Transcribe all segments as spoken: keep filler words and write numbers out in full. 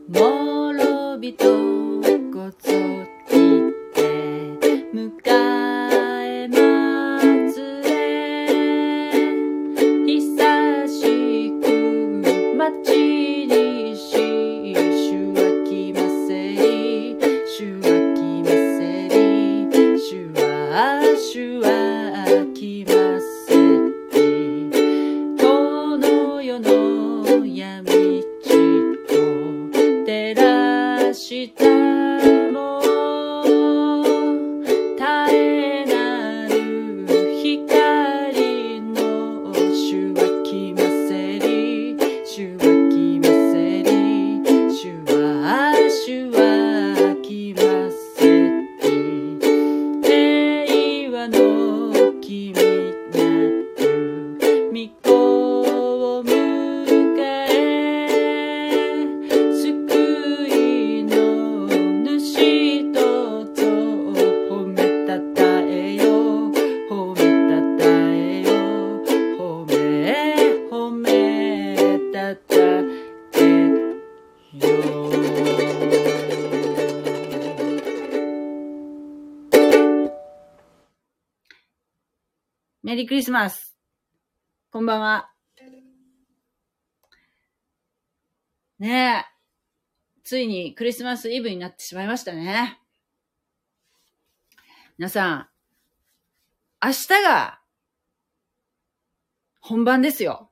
諸人こぞって迎えますれ久しく待ちにし主は来ませり主は来ませり主は主は来ませりこの世の闇照らしたも絶えなる光の主は来ませり主は来ませり主は主は来ませり平和の君なる御子を迎え救いの主とぞ褒めたたえよ褒めたたえよ褒め褒めたたえよ。メリークリスマス。こんばんは。ねえ。ついにクリスマスイブになってしまいましたね。皆さん、明日が本番ですよ。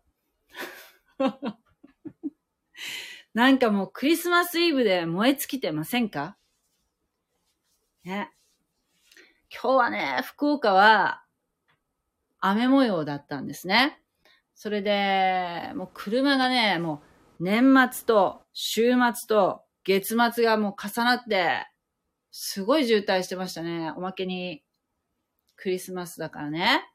なんかもうクリスマスイブで燃え尽きてませんか？ね。今日はね、福岡は雨模様だったんですね。それで、もう車がね、もう年末と週末と月末がもう重なって、すごい渋滞してましたね。おまけにクリスマスだからね。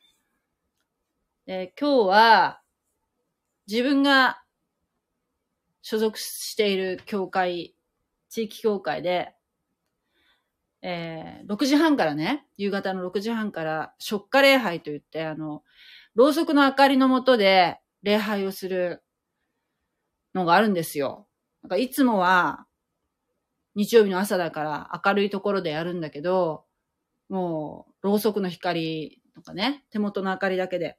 で、今日は自分が所属している教会、地域教会で、えー、ろくじはんからね、夕方のろくじはんから初夏礼拝といって、あの、ろうそくの明かりの下で礼拝をするのがあるんですよ。なんかいつもは日曜日の朝だから明るいところでやるんだけど、もうろうそくの光とかね、手元の明かりだけで。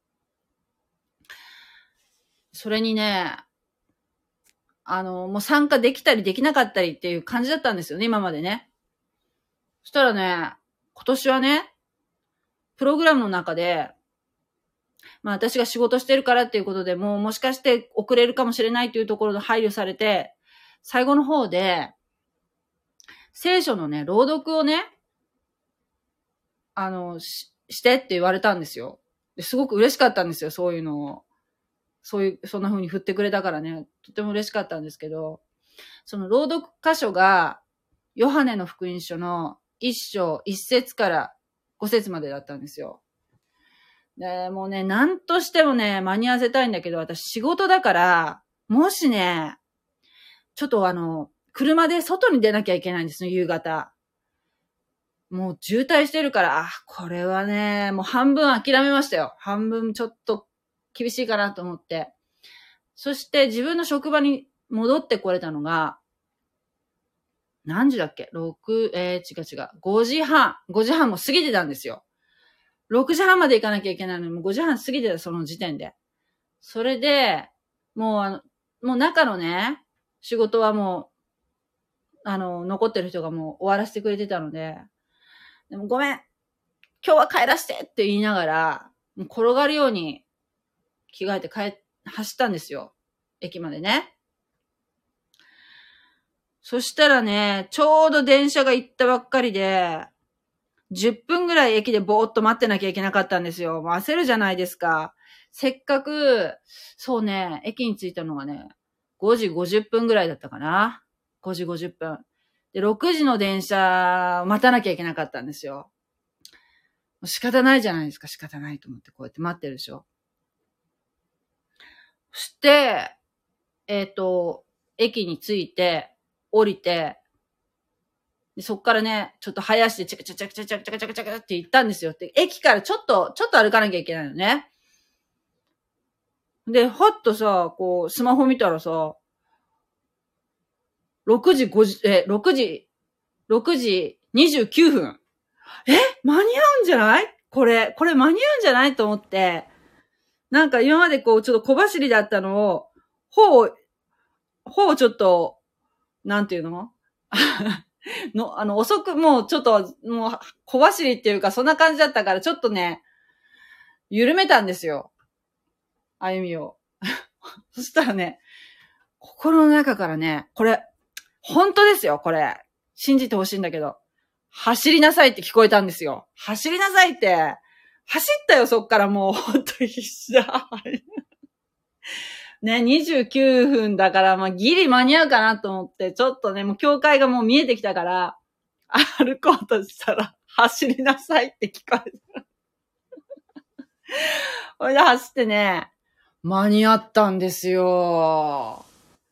それにね、あの、もう参加できたりできなかったりっていう感じだったんですよね、今までね。そしたらね、今年はね、プログラムの中で、まあ私が仕事してるからっていうことでもうもしかして遅れるかもしれないというところで配慮されて、最後の方で、聖書のね、朗読をね、あの、し、してって言われたんですよ。ですごく嬉しかったんですよ、そういうのを。そういう、そんな風に振ってくれたからね、とても嬉しかったんですけど、その朗読箇所が、ヨハネの福音書の一章一節から五節までだったんですよ。で、もうね、なんとしてもね、間に合わせたいんだけど、私仕事だから、もしね、ちょっとあの、車で外に出なきゃいけないんですね、夕方。もう渋滞してるから、あ、これはね、もう半分諦めましたよ。半分ちょっと厳しいかなと思って。そして自分の職場に戻ってこれたのが、何時だっけ ?ろく、えー、違う違う。ごじはん。ごじはんも過ぎてたんですよ。ろくじはんまで行かなきゃいけないのに、もうごじはん過ぎてた、その時点で。それで、もうあの、もう中のね、仕事はもう、あの、残ってる人がもう終わらせてくれてたので、でもごめん、今日は帰らせてって言いながら、もう転がるように着替えて帰、走ったんですよ。駅までね。そしたらね、ちょうど電車が行ったばっかりで、じゅっぷんぐらい駅でぼーっと待ってなきゃいけなかったんですよ。もう焦るじゃないですか。せっかく、そうね、駅に着いたのがね、ごじごじゅっぷんぐらいだったかな。ごじごじゅっぷん。で、ろくじの電車待たなきゃいけなかったんですよ。仕方ないじゃないですか、仕方ないと思ってこうやって待ってるでしょ。そして、えっと、駅に着いて、降りて、でそっからね、ちょっと早足でチャカチャカチャカチャカチャカチャカチャカって行ったんですよ。で、駅からちょっと、ちょっと歩かなきゃいけないのね。で、ほっとさ、こう、スマホ見たらさ、 ろくじごじゅう、え、ろくじ、ろくじにじゅうきゅうふん。え、間に合うんじゃないこれ、これ間に合うんじゃないと思って、なんか今までこう、ちょっと小走りだったのを、ほう、ほうちょっと、なんていうのの、あの、遅く、もうちょっと、もう、小走りっていうか、そんな感じだったから、ちょっとね、緩めたんですよ。歩みを。そしたらね、心の中からね、これ、本当ですよ、これ。信じてほしいんだけど。走りなさいって聞こえたんですよ。走りなさいって。走ったよ、そっからもう、ほんと必死だ。ね、にじゅうきゅうふんだから、まあ、ギリ間に合うかなと思って、ちょっとね、もう境界がもう見えてきたから、歩こうとしたら、走りなさいって聞こえた。それで走ってね、間に合ったんですよ。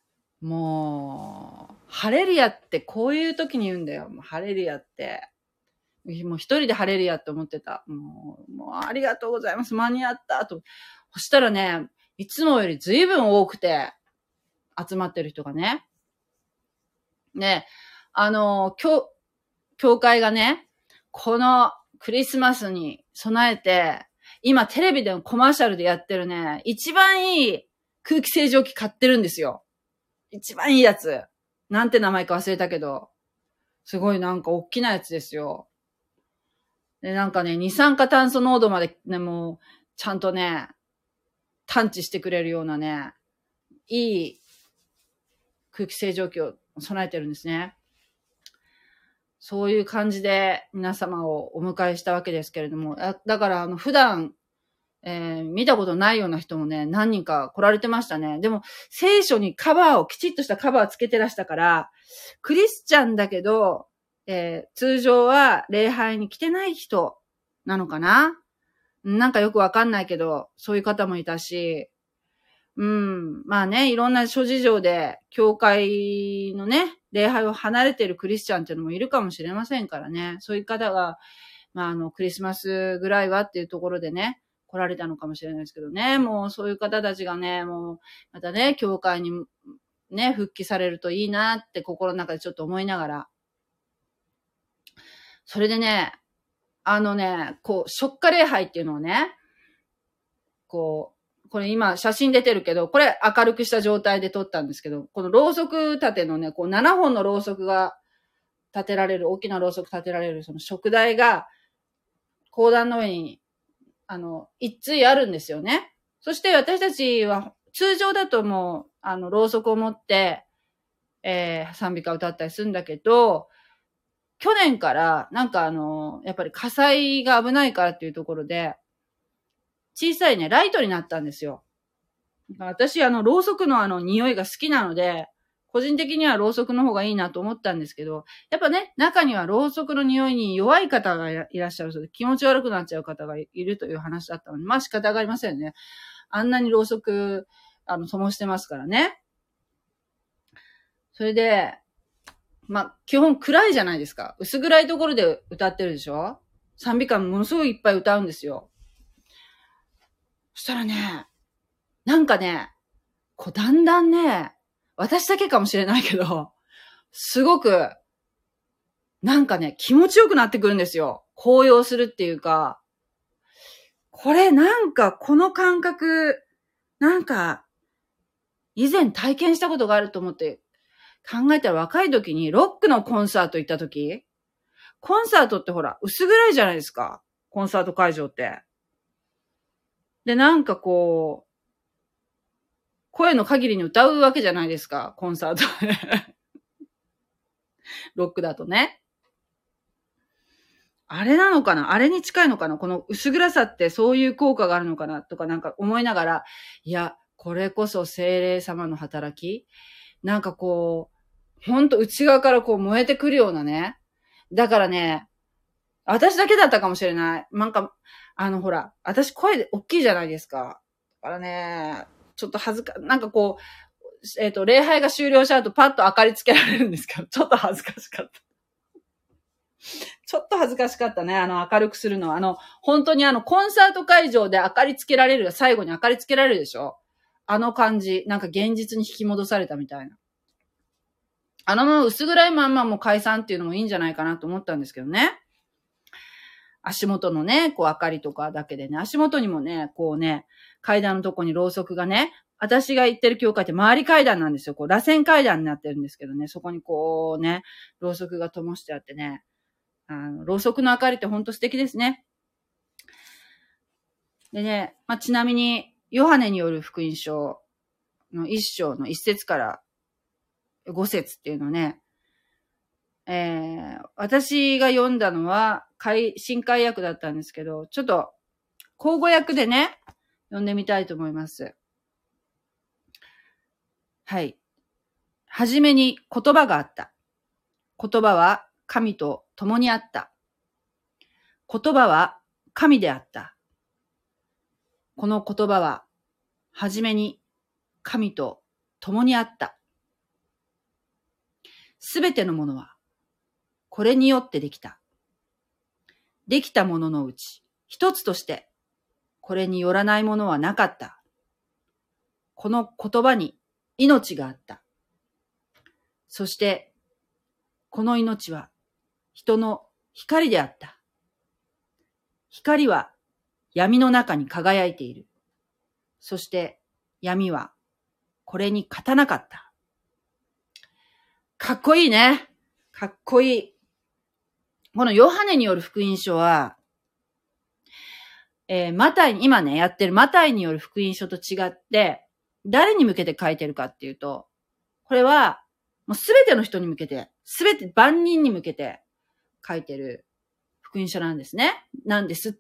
もう、ハレルヤってこういう時に言うんだよ。もうハレルヤって。もう一人でハレルヤって思ってた。もう、もうありがとうございます。間に合ったと。そしたらね、いつもより随分多くて、集まってる人がね。ね、あの、教、教会がね、このクリスマスに備えて、今テレビでのコマーシャルでやってるね、一番いい空気清浄機買ってるんですよ。一番いいやつ。なんて名前か忘れたけど、すごいなんか大きなやつですよ。で、なんかね、二酸化炭素濃度までね、もう、ちゃんとね、探知してくれるようなね、いい空気清浄機を備えてるんですね。そういう感じで皆様をお迎えしたわけですけれども、だからあの普段、えー、見たことないような人もね、何人か来られてましたね。でも聖書にカバーを、きちっとしたカバーをつけてらしたから、クリスチャンだけど、えー、通常は礼拝に来てない人なのかな？なんかよくわかんないけど、そういう方もいたし、うん。まあね、いろんな諸事情で、教会のね、礼拝を離れているクリスチャンっていうのもいるかもしれませんからね。そういう方が、まああの、クリスマスぐらいはっていうところでね、来られたのかもしれないですけどね。もうそういう方たちがね、もう、またね、教会にね、復帰されるといいなって心の中でちょっと思いながら。それでね、あのね、こう、食家礼拝っていうのをね、こう、これ今写真出てるけど、これ明るくした状態で撮ったんですけど、このろうそく立てのね、こうななほんのろうそくが立てられる、大きなろうそく立てられるその食台が、講談の上に、あの、一対あるんですよね。そして私たちは、通常だともう、あの、ろうそくを持って、えー、賛美歌を歌ったりするんだけど、去年から、なんかあの、やっぱり火災が危ないからっていうところで、小さいね、ライトになったんですよ。私、あの、ろうそくのあの、匂いが好きなので、個人的にはろうそくの方がいいなと思ったんですけど、やっぱね、中にはろうそくの匂いに弱い方がいらっしゃるそうで、気持ち悪くなっちゃう方がいるという話だったので、まあ仕方がありませんね。あんなにろうそく、あの、灯してますからね。それで、まあ、基本暗いじゃないですか。薄暗いところで歌ってるでしょ？賛美歌ものすごいいっぱい歌うんですよ。そしたらね、なんかね、こうだんだんね、私だけかもしれないけど、すごく、なんかね、気持ちよくなってくるんですよ。高揚するっていうか、これなんかこの感覚、なんか、以前体験したことがあると思って考えたら若い時にロックのコンサート行った時、コンサートってほら、薄暗いじゃないですか。コンサート会場って。で、なんかこう、声の限りに歌うわけじゃないですか。コンサートで。ロックだとね。あれなのかな？あれに近いのかな？この薄暗さってそういう効果があるのかなとかなんか思いながら、いや、これこそ聖霊様の働き？なんかこう、ほんと内側からこう燃えてくるようなね。だからね、私だけだったかもしれない。なんか、あのほら、私声で大きいじゃないですか。だからね、ちょっと恥ずか、なんかこう、えっと、礼拝が終了した後パッと明かりつけられるんですけど、ちょっと恥ずかしかった。ちょっと恥ずかしかったね。あの、明るくするのは。あの、本当にあの、コンサート会場で明かりつけられる、最後に明かりつけられるでしょ？あの感じ。なんか現実に引き戻されたみたいな。 あのまま薄暗いまんまもう解散っていうのもいいんじゃないかなと思ったんですけどね。足元のね、こう明かりとかだけでね、足元にもね、こうね、階段のとこにろうそくがね、私が行ってる教会って周り階段なんですよ。こう、螺旋階段になってるんですけどね、そこにこうね、ろうそくが灯してあってね、あの、ろうそくの明かりってほんと素敵ですね。でね、まあ、ちなみに、ヨハネによる福音書の一章の一節から五節っていうのね、えー、私が読んだのは、新海訳だったんですけど、ちょっと、口語訳でね、読んでみたいと思います。はい。はじめに言葉があった。言葉は神と共にあった。言葉は神であった。この言葉は、はじめに神と共にあった。すべてのものは、これによってできた。できたもののうち、一つとして、これによらないものはなかった。この言葉に命があった。そして、この命は人の光であった。光は闇の中に輝いている。そして闇はこれに勝たなかった。かっこいいね。かっこいい。このヨハネによる福音書は、えー、マタイ、今ね、やってるマタイによる福音書と違って、誰に向けて書いてるかっていうと、これは、もうすべての人に向けて、すべて万人に向けて書いてる福音書なんですね。なんですって。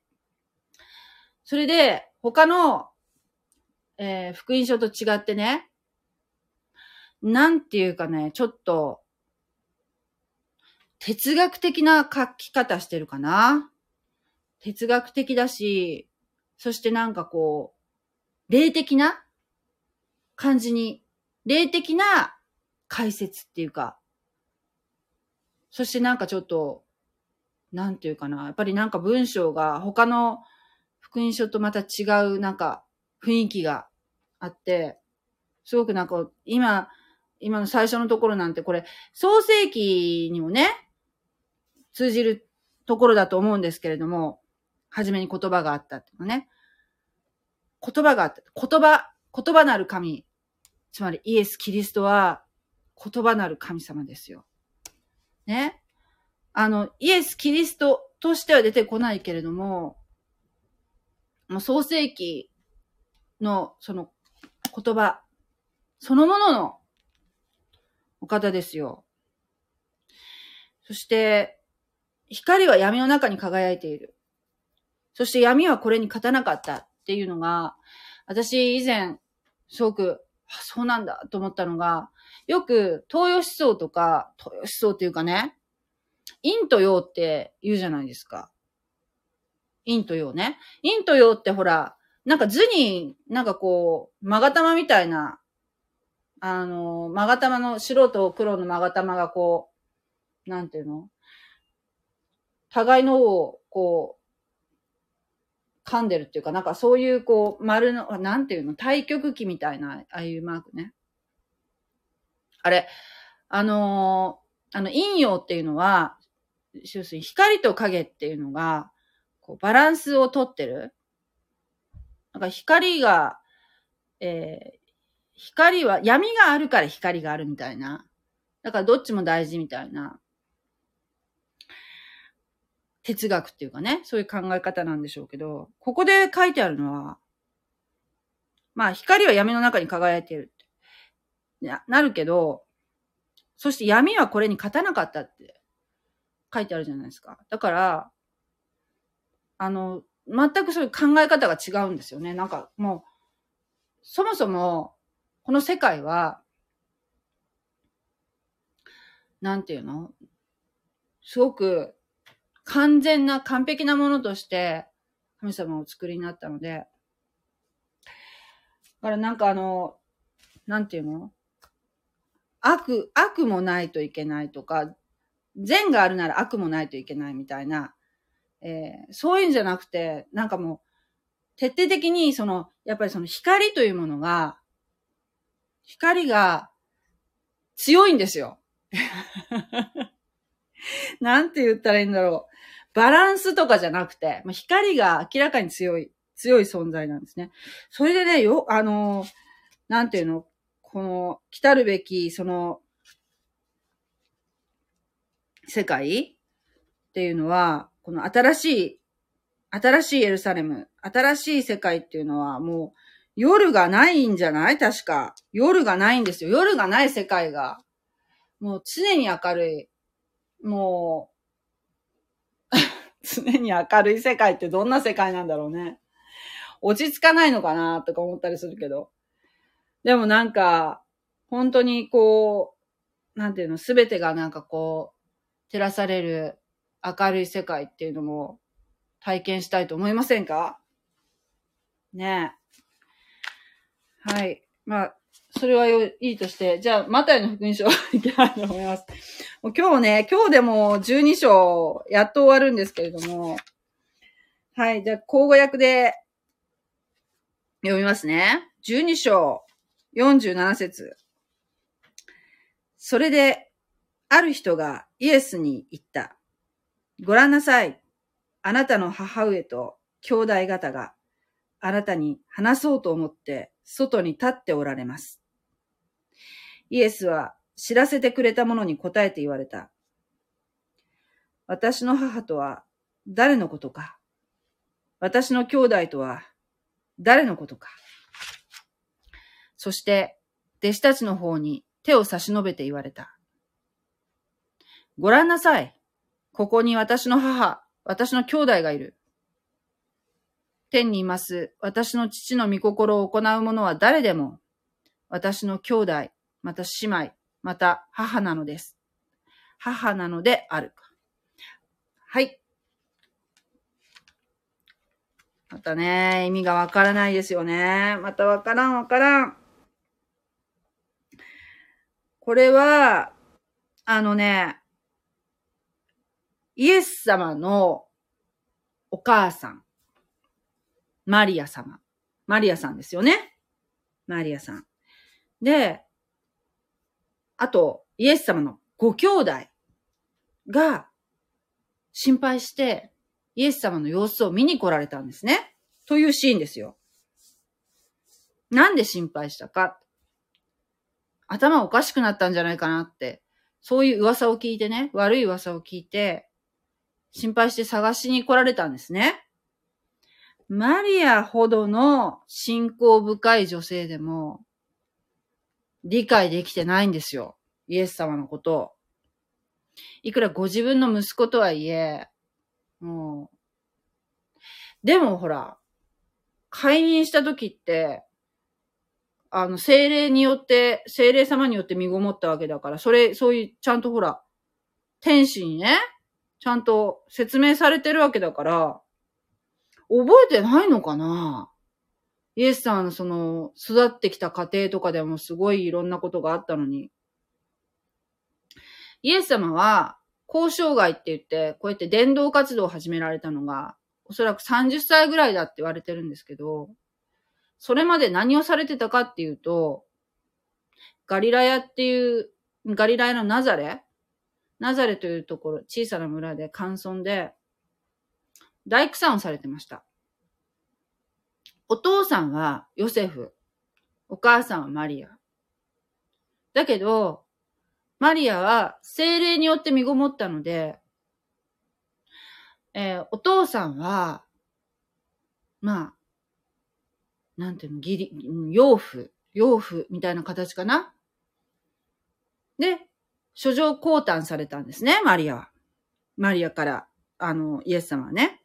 それで、他の、えー、福音書と違ってね、なんていうかね、ちょっと、哲学的な書き方してるかな。哲学的だし、そしてなんかこう、霊的な感じに、霊的な解説っていうか、そしてなんかちょっと、なんていうかな、やっぱりなんか文章が他の福音書とまた違うなんか雰囲気があって、すごくなんか今、今の最初のところなんてこれ、創世記にもね、通じるところだと思うんですけれども、はじめに言葉があったっていうのね。言葉があった。言葉、言葉なる神。つまりイエス・キリストは言葉なる神様ですよ。ね。あの、イエス・キリストとしては出てこないけれども、もう創世記のその言葉、そのもののお方ですよ。そして、光は闇の中に輝いている。そして闇はこれに勝たなかったっていうのが、私以前、すごく、そうなんだと思ったのが、よく東洋思想とか、東洋思想っていうかね、陰と陽って言うじゃないですか。陰と陽ね。陰と陽ってほら、なんか図に、なんかこう、勾玉みたいな、あの、勾玉の、白と黒の勾玉がこう、なんていうの？互いのを、こう、噛んでるっていうか、なんかそういうこう、丸の、なんていうの？対極旗みたいな、ああいうマークね。あれ、あのー、あの、陰陽っていうのは、要するに光と影っていうのが、こうバランスをとってる。なんか光が、えー、光は、闇があるから光があるみたいな。だからどっちも大事みたいな。哲学っていうかね、そういう考え方なんでしょうけど、ここで書いてあるのは、まあ光は闇の中に輝いているってな、なるけど、そして闇はこれに勝たなかったって書いてあるじゃないですか。だから、あの、全くそういう考え方が違うんですよね。なんかもう、そもそも、この世界は、なんていうの？すごく完全な完璧なものとして神様をお作りになったので、だからなんかあの、なんていうの？悪、悪もないといけないとか、善があるなら悪もないといけないみたいな、えー、そういうんじゃなくて、なんかもう、徹底的にその、やっぱりその光というものが、光が強いんですよ。なんて言ったらいいんだろう。バランスとかじゃなくて、光が明らかに強い、強い存在なんですね。それでね、よ、あの、なんていうの、この、来たるべき、その、世界っていうのは、この新しい、新しいエルサレム、新しい世界っていうのはもう夜がないんじゃない？確か。夜がないんですよ。夜がない世界が。もう常に明るい。もう、常に明るい世界ってどんな世界なんだろうね。落ち着かないのかなとか思ったりするけど。でもなんか、本当にこう、なんていうの、すべてがなんかこう、照らされる明るい世界っていうのも体験したいと思いませんか？ねえ。はい。まあ、それはよいいとして、じゃあ、マタイの福音書いきたいと思います。もう今日ね、今日でもじゅうに章やっと終わるんですけれども、はい。じゃあ、口語訳で読みますね。じゅうに章よんじゅうなな節。それで、ある人がイエスに言った。ご覧なさい。あなたの母上と兄弟方があなたに話そうと思って外に立っておられます。イエスは知らせてくれたものに答えて言われた。私の母とは誰のことか。私の兄弟とは誰のことか。そして弟子たちの方に手を差し伸べて言われた。ご覧なさい。ここに私の母、私の兄弟がいる。天にいます私の父の御心を行う者は誰でも、私の兄弟、また姉妹、また母なのです。母なのである。はい。またね、意味がわからないですよね。またわからんわからん。これは、あのね、イエス様のお母さん、マリア様。マリアさんですよね。マリアさん。で、あと、イエス様のご兄弟が心配して、イエス様の様子を見に来られたんですね。というシーンですよ。なんで心配したか。頭おかしくなったんじゃないかなって、そういう噂を聞いてね、悪い噂を聞いて、心配して探しに来られたんですね。マリアほどの信仰深い女性でも、理解できてないんですよ。イエス様のことを。いくらご自分の息子とはいえ、もう、でもほら、解任した時って、あの、精霊によって、精霊様によって身ごもったわけだから、それ、そういう、ちゃんとほら、天使にね、ちゃんと説明されてるわけだから、覚えてないのかな？イエスさんのその、育ってきた家庭とかでもすごいいろんなことがあったのに。イエス様は、交渉外って言って、こうやって伝道活動を始められたのが、おそらくさんじゅっさいぐらいだって言われてるんですけど、それまで何をされてたかっていうと、ガリラヤっていう、ガリラヤのナザレナザレというところ、小さな村で、寒村で、大工さんをされてました。お父さんはヨセフ、お母さんはマリア。だけど、マリアは聖霊によって身ごもったので、えー、お父さんは、まあ、なんていうの、義理、養父、養父みたいな形かな。で、書状交換されたんですね、マリアは。マリアから、あの、イエス様はね。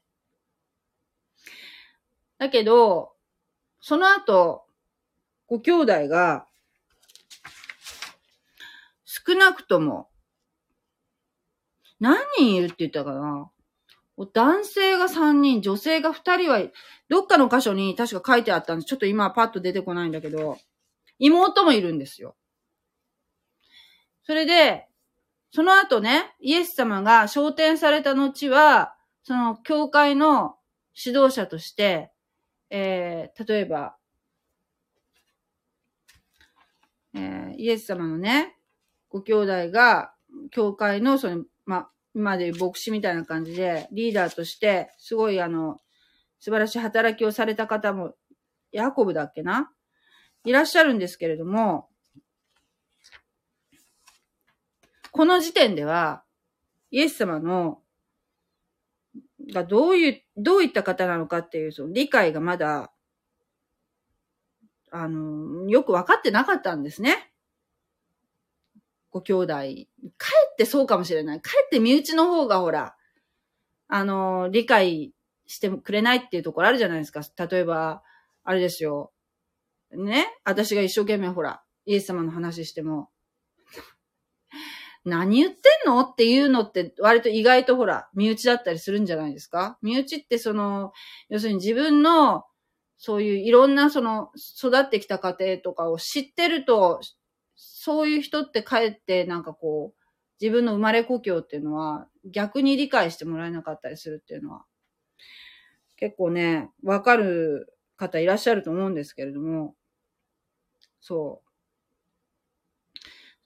だけど、その後、ご兄弟が、少なくとも、何人いるって言ったかな？男性がさんにん、女性がふたりは、どっかの箇所に確か書いてあったんです。ちょっと今パッと出てこないんだけど、妹もいるんですよ。それで、その後ね、イエス様が昇天された後は、その教会の指導者として、えー、例えば、えー、イエス様のね、 ご兄弟が、教会のその、ま、今でいう牧師みたいな感じで、リーダーとして、すごいあの、素晴らしい働きをされた方も、ヤコブだっけないらっしゃるんですけれども、この時点では、イエス様の、がどういう、どういった方なのかっていう、その理解がまだ、あの、よくわかってなかったんですね。ご兄弟。かえってそうかもしれない。かえって身内の方がほら、あの、理解してくれないっていうところあるじゃないですか。例えば、あれですよ。ね。私が一生懸命ほら、イエス様の話しても、何言ってんのっていうのって割と意外とほら、身内だったりするんじゃないですか。身内ってその、要するに自分の、そういういろんなその、育ってきた過程とかを知ってると、そういう人ってかえってなんかこう、自分の生まれ故郷っていうのは逆に理解してもらえなかったりするっていうのは、結構ね、わかる方いらっしゃると思うんですけれども、そう。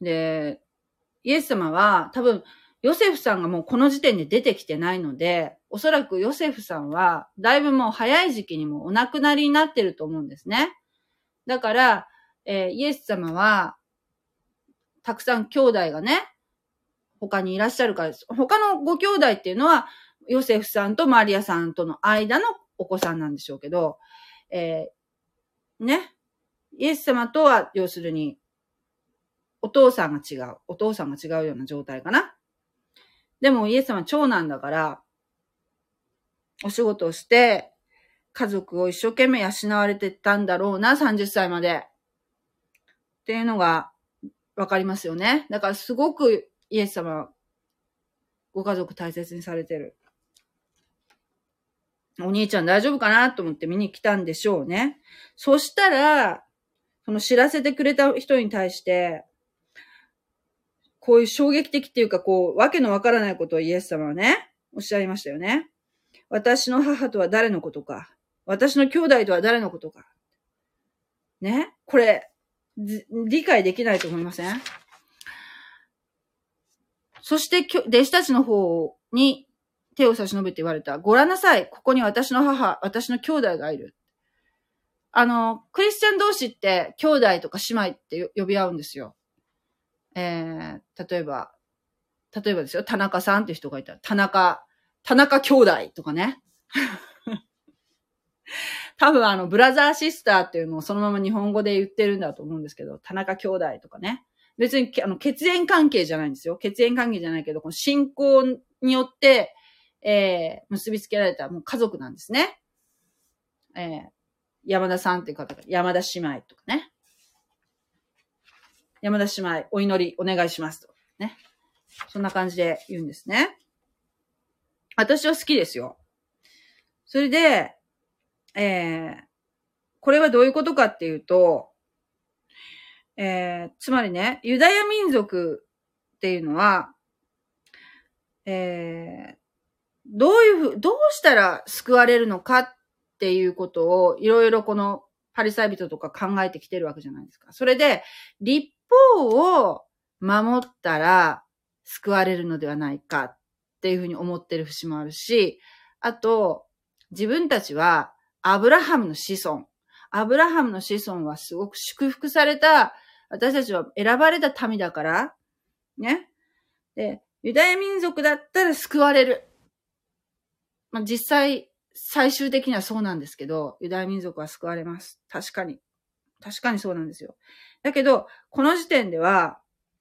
で、イエス様は多分ヨセフさんがもうこの時点で出てきてないので、おそらくヨセフさんはだいぶもう早い時期にもお亡くなりになってると思うんですね。だから、えー、イエス様はたくさん兄弟がね、他にいらっしゃるからです。他のご兄弟っていうのはヨセフさんとマリアさんとの間のお子さんなんでしょうけど、えー、ね。イエス様とは要するにお父さんが違う。お父さんが違うような状態かな。でもイエス様は長男だから、お仕事をして、家族を一生懸命養われてたんだろうな、さんじゅっさいまで。っていうのがわかりますよね。だからすごくイエス様はご家族大切にされてる。お兄ちゃん大丈夫かなと思って見に来たんでしょうね。そしたら、その知らせてくれた人に対して、こういう衝撃的っていうか、こう、わけのわからないことをイエス様はね、おっしゃいましたよね。私の母とは誰のことか。私の兄弟とは誰のことか。ね。これ、理解できないと思いません？そして、弟子たちの方に手を差し伸べて言われた。ご覧なさい。ここに私の母、私の兄弟がいる。あの、クリスチャン同士って兄弟とか姉妹って呼び合うんですよ。えー、例えば、例えばですよ、田中さんって人がいたら、田中、田中兄弟とかね。多分あの、ブラザーシスターっていうのをそのまま日本語で言ってるんだと思うんですけど、田中兄弟とかね。別にあの血縁関係じゃないんですよ。血縁関係じゃないけど、この信仰によって、えー、結びつけられたもう家族なんですね。えー、山田さんっていう方が、山田姉妹とかね。山田姉妹、お祈りお願いしますと。ね。そんな感じで言うんですね。私は好きですよ。それで、えー、これはどういうことかっていうと、えー、つまりね、ユダヤ民族っていうのは、えー、どういうふう、どうしたら救われるのかっていうことをいろいろこのパリサイ人とか考えてきてるわけじゃないですか。それで、律法を守ったら救われるのではないかっていうふうに思ってる節もあるし、あと、自分たちはアブラハムの子孫。アブラハムの子孫はすごく祝福された、私たちは選ばれた民だから、ね。で、ユダヤ民族だったら救われる。まあ、実際、最終的にはそうなんですけど、ユダヤ民族は救われます。確かに。確かにそうなんですよ。だけど、この時点では、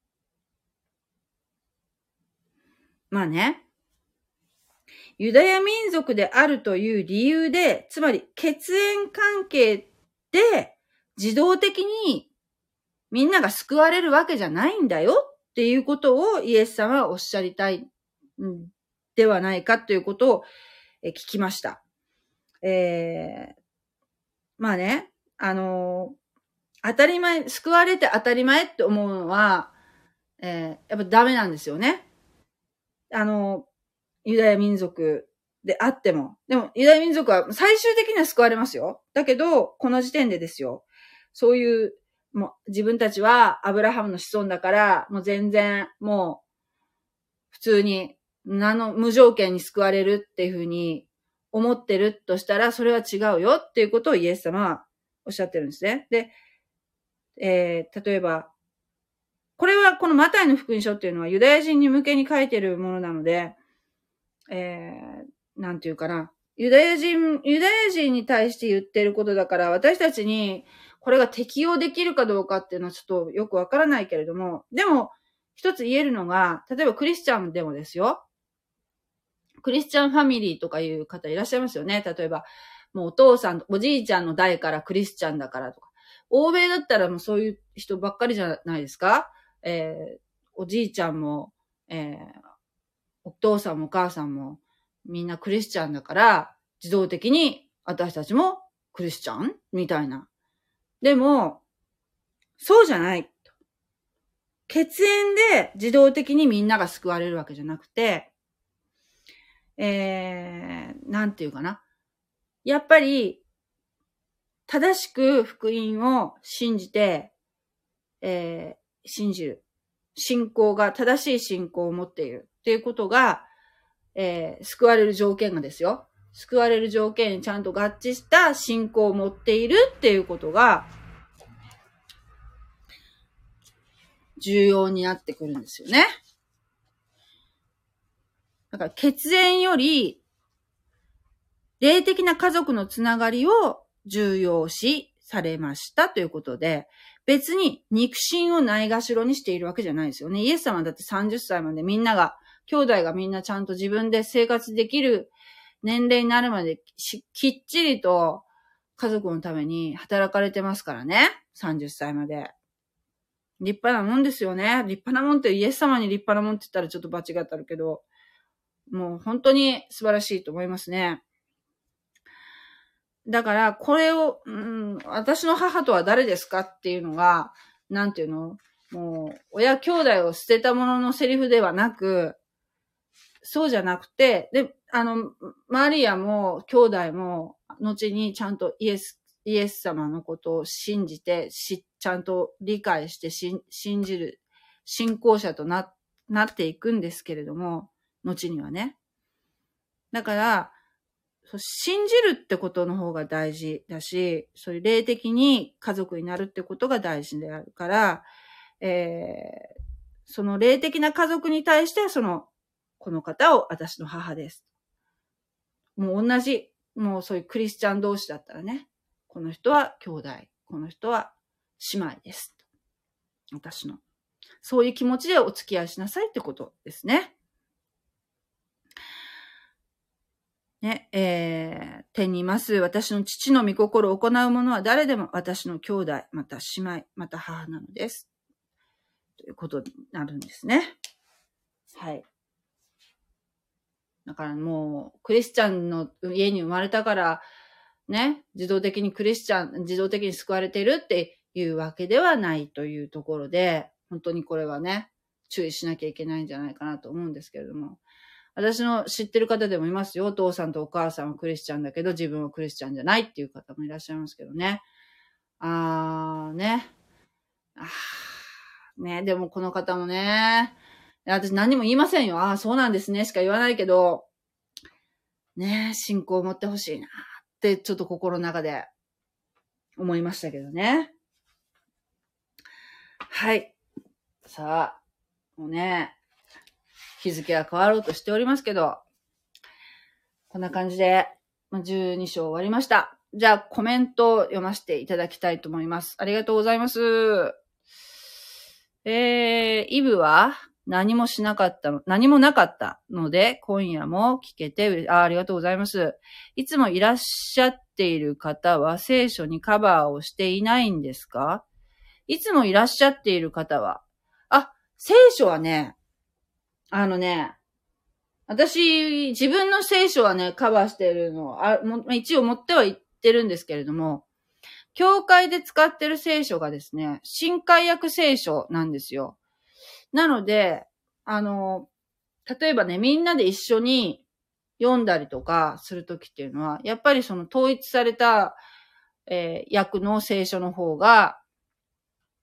まあね、ユダヤ民族であるという理由で、つまり血縁関係で自動的にみんなが救われるわけじゃないんだよっていうことをイエス様はおっしゃりたいんではないかということを聞きました。えー、まあね、あのー、当たり前、救われて当たり前って思うのは、えー、やっぱダメなんですよね。あのー、ユダヤ民族であっても。でも、ユダヤ民族は最終的には救われますよ。だけど、この時点でですよ。そういう、 もう自分たちはアブラハムの子孫だから、もう全然、もう、普通に、何の無条件に救われるっていうふうに思ってるとしたら、それは違うよっていうことをイエス様はおっしゃってるんですね。で、えー、例えば、これはこのマタイの福音書っていうのはユダヤ人に向けに書いてるものなので、えー、なんていうかな。ユダヤ人、ユダヤ人に対して言ってることだから、私たちにこれが適用できるかどうかっていうのはちょっとよくわからないけれども、でも、一つ言えるのが、例えばクリスチャンでもですよ。クリスチャンファミリーとかいう方いらっしゃいますよね。例えば、もうお父さん、おじいちゃんの代からクリスチャンだからとか。欧米だったらもうそういう人ばっかりじゃないですか。えー、おじいちゃんも、えー、お父さんもお母さんもみんなクリスチャンだから、自動的に私たちもクリスチャンみたいな。でも、そうじゃない。血縁で自動的にみんなが救われるわけじゃなくて、えー、なんていうかな。やっぱり、正しく福音を信じて、えー、信じる。信仰が、正しい信仰を持っているっていうことが、えー、救われる条件がですよ。救われる条件にちゃんと合致した信仰を持っているっていうことが、重要になってくるんですよね。だから血縁より、霊的な家族のつながりを重要視されましたということで、別に肉親をないがしろにしているわけじゃないですよね。イエス様だってさんじゅっさいまでみんなが、兄弟がみんなちゃんと自分で生活できる年齢になるまできっちりと家族のために働かれてますからね。さんじゅっさいまで。立派なもんですよね。立派なもんってイエス様に立派なもんって言ったらちょっと罰が当たるけど、もう本当に素晴らしいと思いますね。だから、これを、うん、私の母とは誰ですかっていうのが、なんていうの？もう、親兄弟を捨てたもののセリフではなく、そうじゃなくて、で、あの、マリアも兄弟も、後にちゃんとイエス、イエス様のことを信じて、し、ちゃんと理解してし信じる、信仰者とな、なっていくんですけれども、後にはね。だから、信じるってことの方が大事だし、そういう霊的に家族になるってことが大事であるから、えー、その霊的な家族に対して、その、この方を私の母です。もう同じ、もうそういうクリスチャン同士だったらね、この人は兄弟、この人は姉妹です。私の。そういう気持ちでお付き合いしなさいってことですね。ね、えー、天にいます。私の父の御心を行う者は誰でも私の兄弟、また姉妹、また母なのです。ということになるんですね。はい。だからもう、クリスチャンの家に生まれたから、ね、自動的にクリスチャン、自動的に救われているっていうわけではないというところで、本当にこれはね、注意しなきゃいけないんじゃないかなと思うんですけれども。私の知ってる方でもいますよ。お父さんとお母さんはクリスチャンだけど、自分はクリスチャンじゃないっていう方もいらっしゃいますけどね。あーね。あーね。でもこの方もね、私何も言いませんよ。ああ、そうなんですね。しか言わないけど、ね、信仰を持ってほしいなってちょっと心の中で思いましたけどね。はい。さあ、もうね、日付は変わろうとしておりますけど、こんな感じでじゅうに章終わりました。じゃあコメントを読ませていただきたいと思います。ありがとうございます。えー、イブは何もしなかったの、何もなかったので、今夜も聞けて、あ、ありがとうございます。いつもいらっしゃっている方は聖書にカバーをしていないんですか？いつもいらっしゃっている方は、あ、聖書はね、あのね、私、自分の聖書はね、カバーしているのあも、一応持っては言ってるんですけれども、教会で使ってる聖書がですね、新海訳聖書なんですよ。なので、あの、例えばね、みんなで一緒に読んだりとかするときっていうのは、やっぱりその統一された、えー、訳の聖書の方が、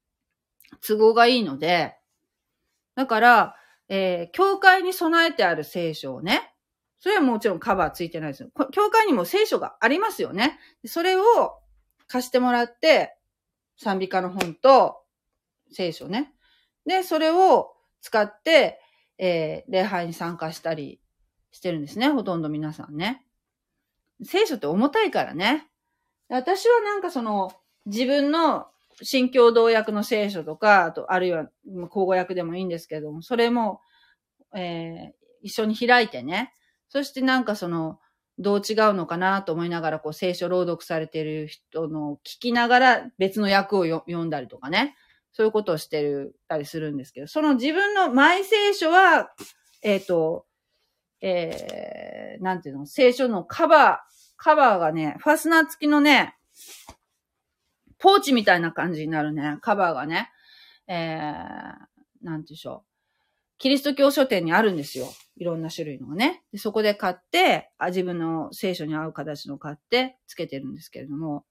都合がいいので、だから、えー、教会に備えてある聖書をね、それはもちろんカバーついてないですよ。教会にも聖書がありますよね。それを貸してもらって、賛美歌の本と聖書ね。で、それを使って、えー、礼拝に参加したりしてるんですね。ほとんど皆さんね。聖書って重たいからね。私はなんかその、自分の新共同訳の聖書とか、あと、あるいは、口語訳でもいいんですけども、それも、えー、一緒に開いてね。そしてなんかその、どう違うのかなと思いながら、こう、聖書朗読されている人の聞きながら別の訳を読んだりとかね。そういうことをしてるたりするんですけど、その自分のマイ聖書は、えっと、えー、なんていうの、聖書のカバー、カバーがね、ファスナー付きのね、ポーチみたいな感じになるね、カバーがね、えー、なんていうんでしょう。キリスト教書店にあるんですよ。いろんな種類のがね。でそこで買って、あ、自分の聖書に合う形の買ってつけてるんですけれども。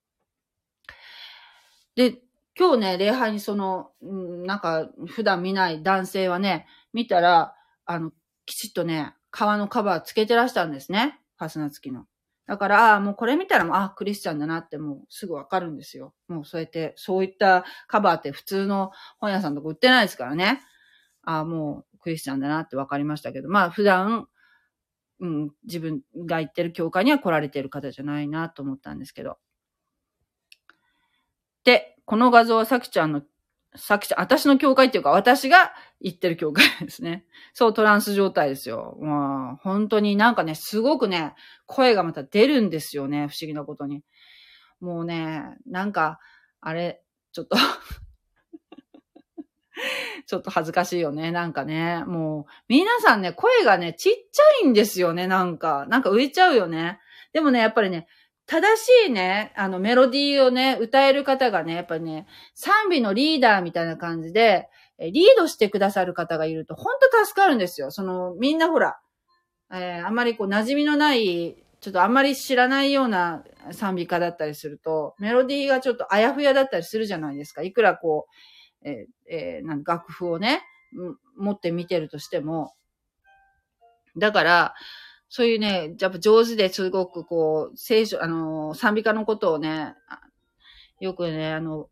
で、今日ね、礼拝にその、なんか普段見ない男性はね、見たら、あの、きちっとね、革のカバーつけてらしたんですね。ファスナー付きの。だから、あもうこれ見たらもう、あ、クリスチャンだなってもうすぐわかるんですよ。もうそうやって、そういったカバーって普通の本屋さんとか売ってないですからね。あもうクリスチャンだなってわかりましたけど、まあ普段、うん、自分が行ってる教会には来られてる方じゃないなと思ったんですけど。で、この画像はさきちゃんの、さきちゃん、私の教会っていうか私が行ってる教会ですね。そう、トランス状態ですよ。まあ、本当になんかね、すごくね、声がまた出るんですよね、不思議なことに。もうね、なんか、あれ、ちょっとちょっと恥ずかしいよね。なんかね。もう、皆さんね、声がね、ちっちゃいんですよね。なんか、なんか浮いちゃうよね。でもね、やっぱりね、正しいね、あの、メロディーをね、歌える方がね、やっぱりね、賛美のリーダーみたいな感じで、リードしてくださる方がいると、ほんと助かるんですよ。その、みんなほら、えー、あんまりこう、馴染みのない、ちょっとあんまり知らないような賛美歌だったりすると、メロディーがちょっとあやふやだったりするじゃないですか。いくらこう、えーえー、なん楽譜をね、持って見てるとしても。だから、そういうね、やっぱ上手ですごくこう、聖書、あの、賛美歌のことをね、よくね、あの、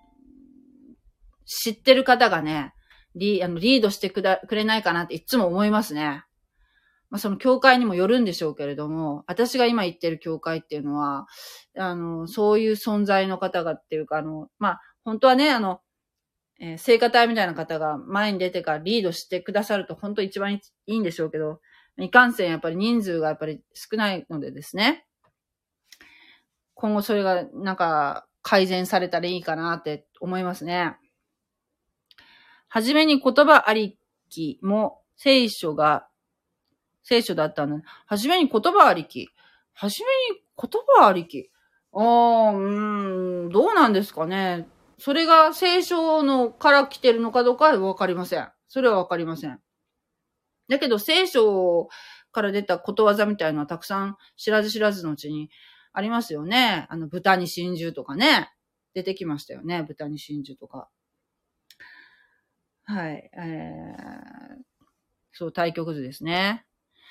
知ってる方がね、リあのリードしてくだくれないかなっていつも思いますね。まあ、その教会にもよるんでしょうけれども、私が今言ってる教会っていうのは、あの、そういう存在の方がっていうか、あの、まあ、本当はね、あの、えー、聖歌隊みたいな方が前に出てからリードしてくださると本当一番いいんでしょうけど、いかんせんやっぱり人数がやっぱり少ないのでですね、今後それがなんか改善されたらいいかなって思いますね。はじめに言葉ありきも聖書が、聖書だったの。はじめに言葉ありき。はじめに言葉ありき。あー、うーん、どうなんですかね。それが聖書のから来てるのかどうかはわかりません。それはわかりません。だけど聖書から出たことわざみたいのはたくさん知らず知らずのうちにありますよね。あの、豚に真珠とかね。出てきましたよね。豚に真珠とか。はい。えー、そう、対極図ですね。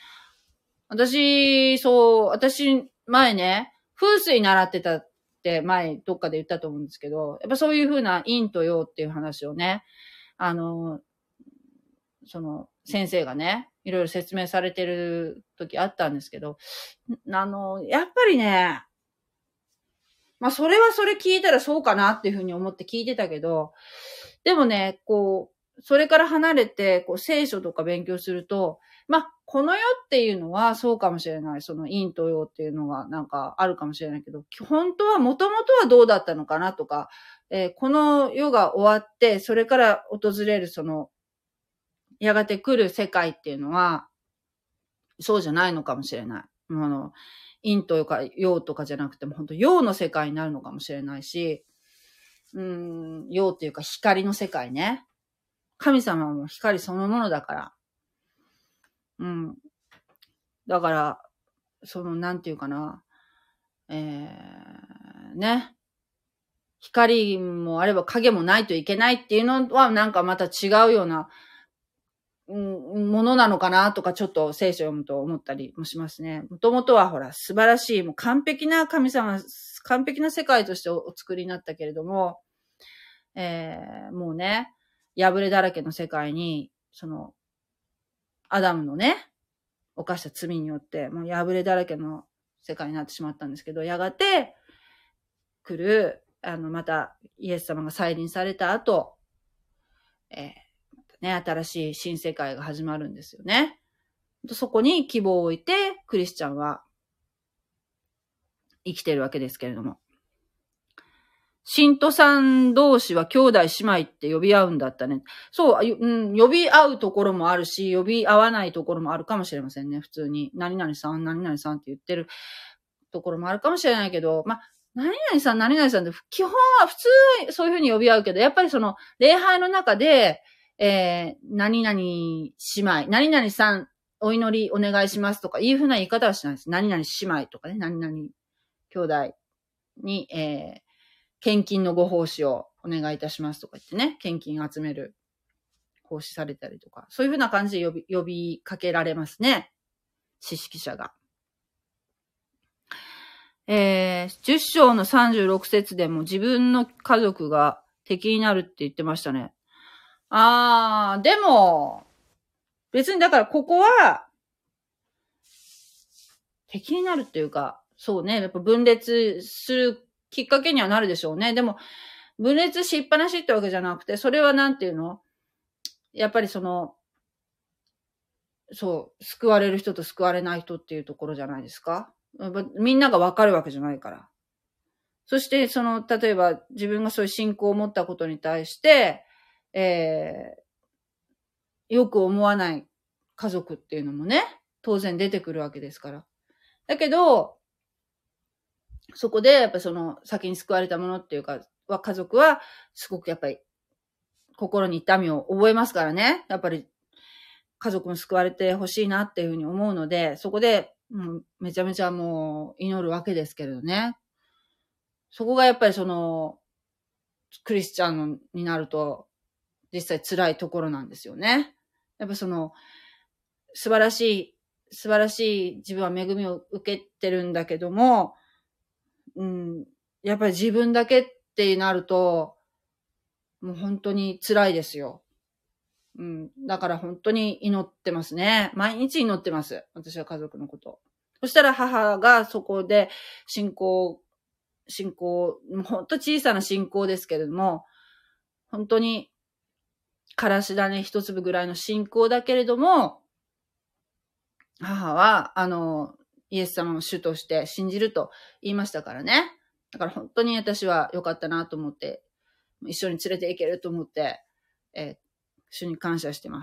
私、そう、私、前ね、風水習ってたって前どっかで言ったと思うんですけど、やっぱそういうふうな陰と陽っていう話をね、あの、その先生がね、いろいろ説明されてる時あったんですけど、あの、やっぱりね、まあそれはそれ聞いたらそうかなっていうふうに思って聞いてたけど、でもね、こう、それから離れて、こう、聖書とか勉強すると、まあ、この世っていうのはそうかもしれない。その陰と陽っていうのがなんかあるかもしれないけど、本当は、もともとはどうだったのかなとか、えー、この世が終わって、それから訪れるその、やがて来る世界っていうのは、そうじゃないのかもしれない。あの、陰とか陽とかじゃなくても、本当陽の世界になるのかもしれないし、うーん、陽っていうか光の世界ね。神様も光そのものだから。うん。だから、その、なんていうかな。えー、ね。 光もあれば影もないといけないっていうのはなんかまた違うような、うん、ものなのかなとかちょっと聖書を読むと思ったりもしますね。もともとはほら素晴らしい、もう完璧な神様、完璧な世界としておお作りになったけれども、えー、もうね、破れだらけの世界に、その、アダムのね、犯した罪によって、もう破れだらけの世界になってしまったんですけど、やがて来る、あの、また、イエス様が再臨された後、えー、ね、新しい新世界が始まるんですよね。そこに希望を置いて、クリスチャンは生きてるわけですけれども。信徒さん同士は兄弟姉妹って呼び合うんだったね。そう、うん、呼び合うところもあるし、呼び合わないところもあるかもしれませんね。普通に、何々さん、何々さんって言ってるところもあるかもしれないけど、まあ、何々さん、何々さんって基本は普通そういうふうに呼び合うけど、やっぱりその礼拝の中で、えー、何々姉妹、何々さんお祈りお願いしますとかいうふうな言い方はしないです。何々姉妹とかね、何々兄弟に、えー、献金のご奉仕をお願いいたしますとか言ってね、献金集める奉仕されたりとか、そういうふうな感じで呼び、呼びかけられますね。知識者が。えー、じゅっ章のさんじゅうろく節でも自分の家族が敵になるって言ってましたね。あー、でも、別にだからここは、敵になるっていうか、そうね、やっぱ分裂するきっかけにはなるでしょうね。でも、分裂しっぱなしってわけじゃなくて、それはなんていうの？やっぱりその、そう、救われる人と救われない人っていうところじゃないですか。みんながわかるわけじゃないから。そして、その、例えば自分がそういう信仰を持ったことに対して、えー、よく思わない家族っていうのもね、当然出てくるわけですから。だけど、そこでやっぱその先に救われたものっていうか、は家族はすごくやっぱり心に痛みを覚えますからね。やっぱり家族も救われてほしいなっていうふうに思うので、そこで、うん、めちゃめちゃもう祈るわけですけれどね。そこがやっぱりその、クリスチャンになると、実際辛いところなんですよね。やっぱその、素晴らしい、素晴らしい自分は恵みを受けてるんだけども、うん、やっぱり自分だけってなると、もう本当に辛いですよ。うん。だから本当に祈ってますね。毎日祈ってます。私は家族のこと。そしたら母がそこで信仰、信仰、本当小さな信仰ですけれども、本当に、からし種一粒ぐらいの信仰だけれども、母は、あの、イエス様の主として信じると言いましたからね。だから本当に私は良かったなと思って、一緒に連れて行けると思って、えー、主に感謝してます。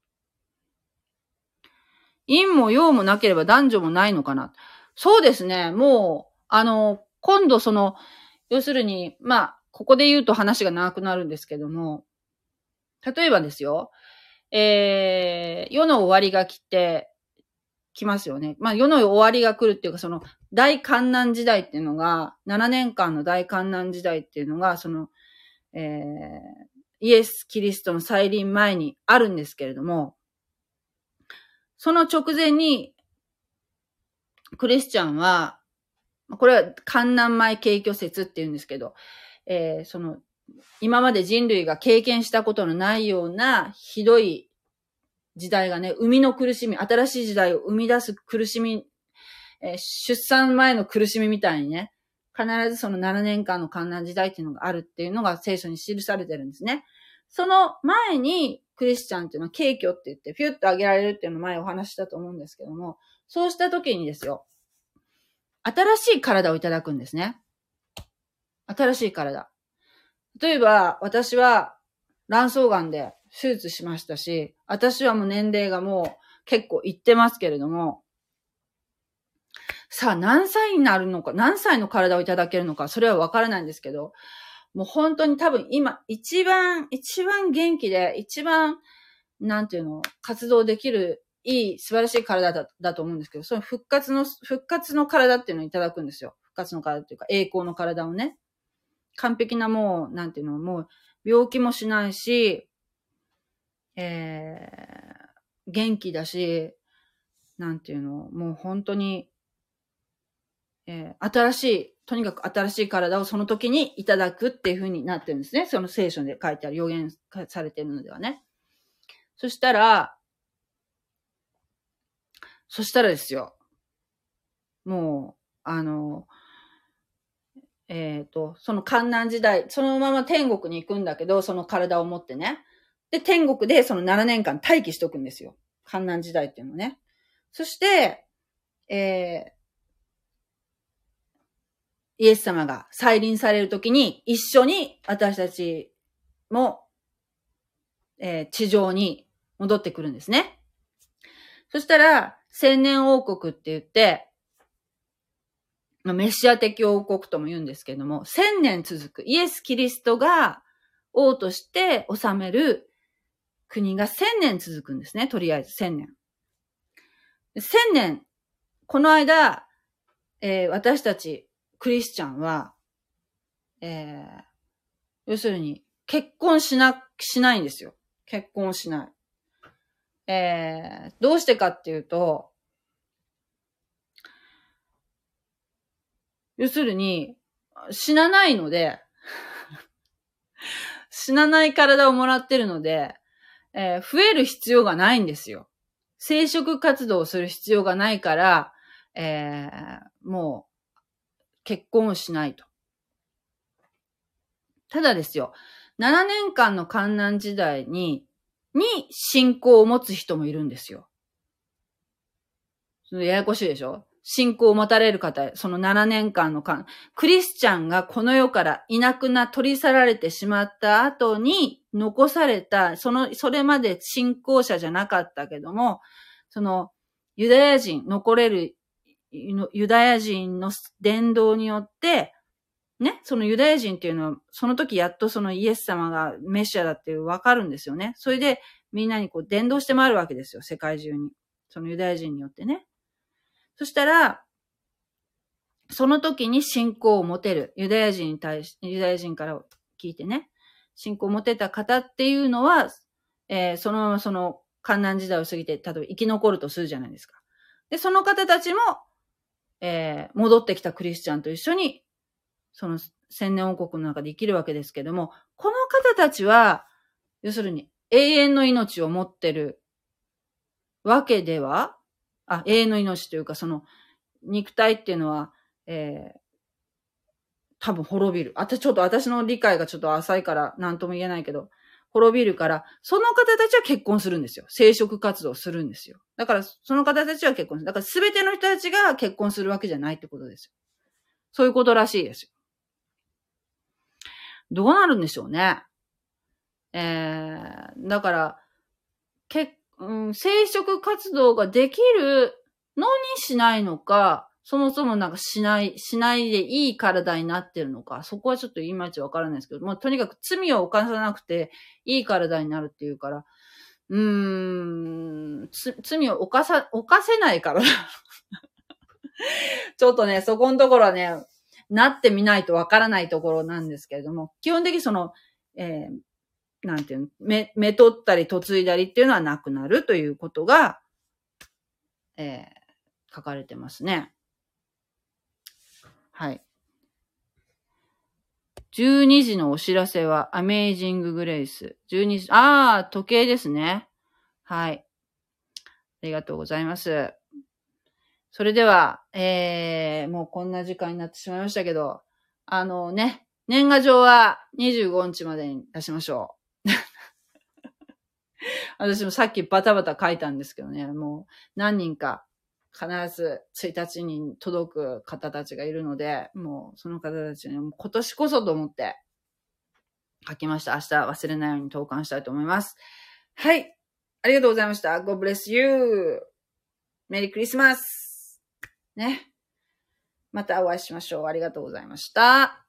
陰も陽もなければ男女もないのかな。そうですね。もう、あの、今度その、要するに、まあ、ここで言うと話が長くなるんですけども、例えばですよ、えー、世の終わりが来て、来ますよね。まあ、世の終わりが来るっていうか、その、大観難時代っていうのが、ななねんかんの大観難時代っていうのが、その、えー、イエス・キリストの再臨前にあるんですけれども、その直前に、クリスチャンは、これは観難前景挙説って言うんですけど、えー、その、今まで人類が経験したことのないようなひどい時代がね、生みの苦しみ、新しい時代を生み出す苦しみ、えー、出産前の苦しみみたいにね、必ずそのななねんかんの観難時代っていうのがあるっていうのが聖書に記されてるんですね。その前にクリスチャンっていうのは景挙って言って、ピュッと上げられるっていうのを前お話したと思うんですけども、そうした時にですよ、新しい体をいただくんですね。新しい体。例えば、私は卵巣がんで手術しましたし、私はもう年齢がもう結構いってますけれども、さあ何歳になるのか、何歳の体をいただけるのか、それはわからないんですけど、もう本当に多分今一番、一番元気で、一番、なんていうの、活動できるいい素晴らしい体だ、だと思うんですけど、その復活の、復活の体っていうのをいただくんですよ。復活の体っていうか、栄光の体をね。 完璧なもう、なんていうの、もう病気もしないし、えー、元気だし、なんていうの、もう本当に、えー、新しい、とにかく新しい体をその時にいただくっていう風になってるんですね。その聖書で書いてある、予言されてるのではね。そしたら、そしたらですよ。もう、あの、えっと、その観難時代、そのまま天国に行くんだけど、その体を持ってね。で、天国でそのななねんかん待機しとくんですよ。観難時代っていうのね。そして、えー、イエス様が再臨されるときに一緒に私たちも、えー、地上に戻ってくるんですね。そしたら、千年王国って言って、メシア的王国とも言うんですけれども、千年続くイエス・キリストが王として治める国が千年続くんですね。とりあえず千年。千年、この間、えー、私たちクリスチャンは、えー、要するに結婚しな、しないんですよ。結婚しない。えー、どうしてかっていうと、要するに、死なないので、死なない体をもらってるので、えー、増える必要がないんですよ。生殖活動をする必要がないから、えー、もう、結婚をしないと。ただですよ、ななねんかんの観難時代に、に信仰を持つ人もいるんですよ。そのややこしいでしょ？信仰を持たれる方、そのななねんかんの間、クリスチャンがこの世からいなくな、取り去られてしまった後に残された、その、それまで信仰者じゃなかったけども、その、ユダヤ人、残れるユダヤ人の伝道によって、ね、そのユダヤ人っていうのは、その時やっとそのイエス様がメシアだっていうわかるんですよね。それでみんなにこう伝道して回るわけですよ、世界中に。そのユダヤ人によってね。そしたら、その時に信仰を持てる。ユダヤ人に対し、ユダヤ人から聞いてね。信仰を持てた方っていうのは、えー、そのままその観難時代を過ぎて、例えば生き残るとするじゃないですか。で、その方たちも、えー、戻ってきたクリスチャンと一緒に、その千年王国の中で生きるわけですけども、この方たちは、要するに永遠の命を持ってるわけでは、あ、永遠の命というか、その肉体っていうのは、えー、多分滅びる。あとちょっと私の理解がちょっと浅いから何とも言えないけど、滅びるから、その方たちは結婚するんですよ。生殖活動をするんですよ。だから、その方たちは結婚する。だから全ての人たちが結婚するわけじゃないってことですよ。そういうことらしいですよ。どうなるんでしょうね。えー、だから、け、うん、生殖活動ができるのにしないのか、そもそもなんかしない、しないでいい体になってるのか、そこはちょっといまいちわからないですけど、もうとにかく罪を犯さなくていい体になるっていうから、うーん、つ罪を犯さ、犯せないから。ちょっとね、そこのところはね、なってみないとわからないところなんですけれども、基本的にその、えー、なんていうの、め、めとったり嫁いだりっていうのはなくなるということが、えー、書かれてますね。はい。じゅうにじのお知らせは、アメイジンググレイス。じゅうにじ、ああ、時計ですね。はい。ありがとうございます。それでは、えー、もうこんな時間になってしまいましたけど、あのね、年賀状はにじゅうごにちまでに出しましょう。私もさっきバタバタ書いたんですけどね、もう何人か必ずついたちに届く方たちがいるので、もうその方たちに今年こそと思って書きました。明日忘れないように投函したいと思います。はい。ありがとうございました。God bless you. メリークリスマス。ね。またお会いしましょう。ありがとうございました。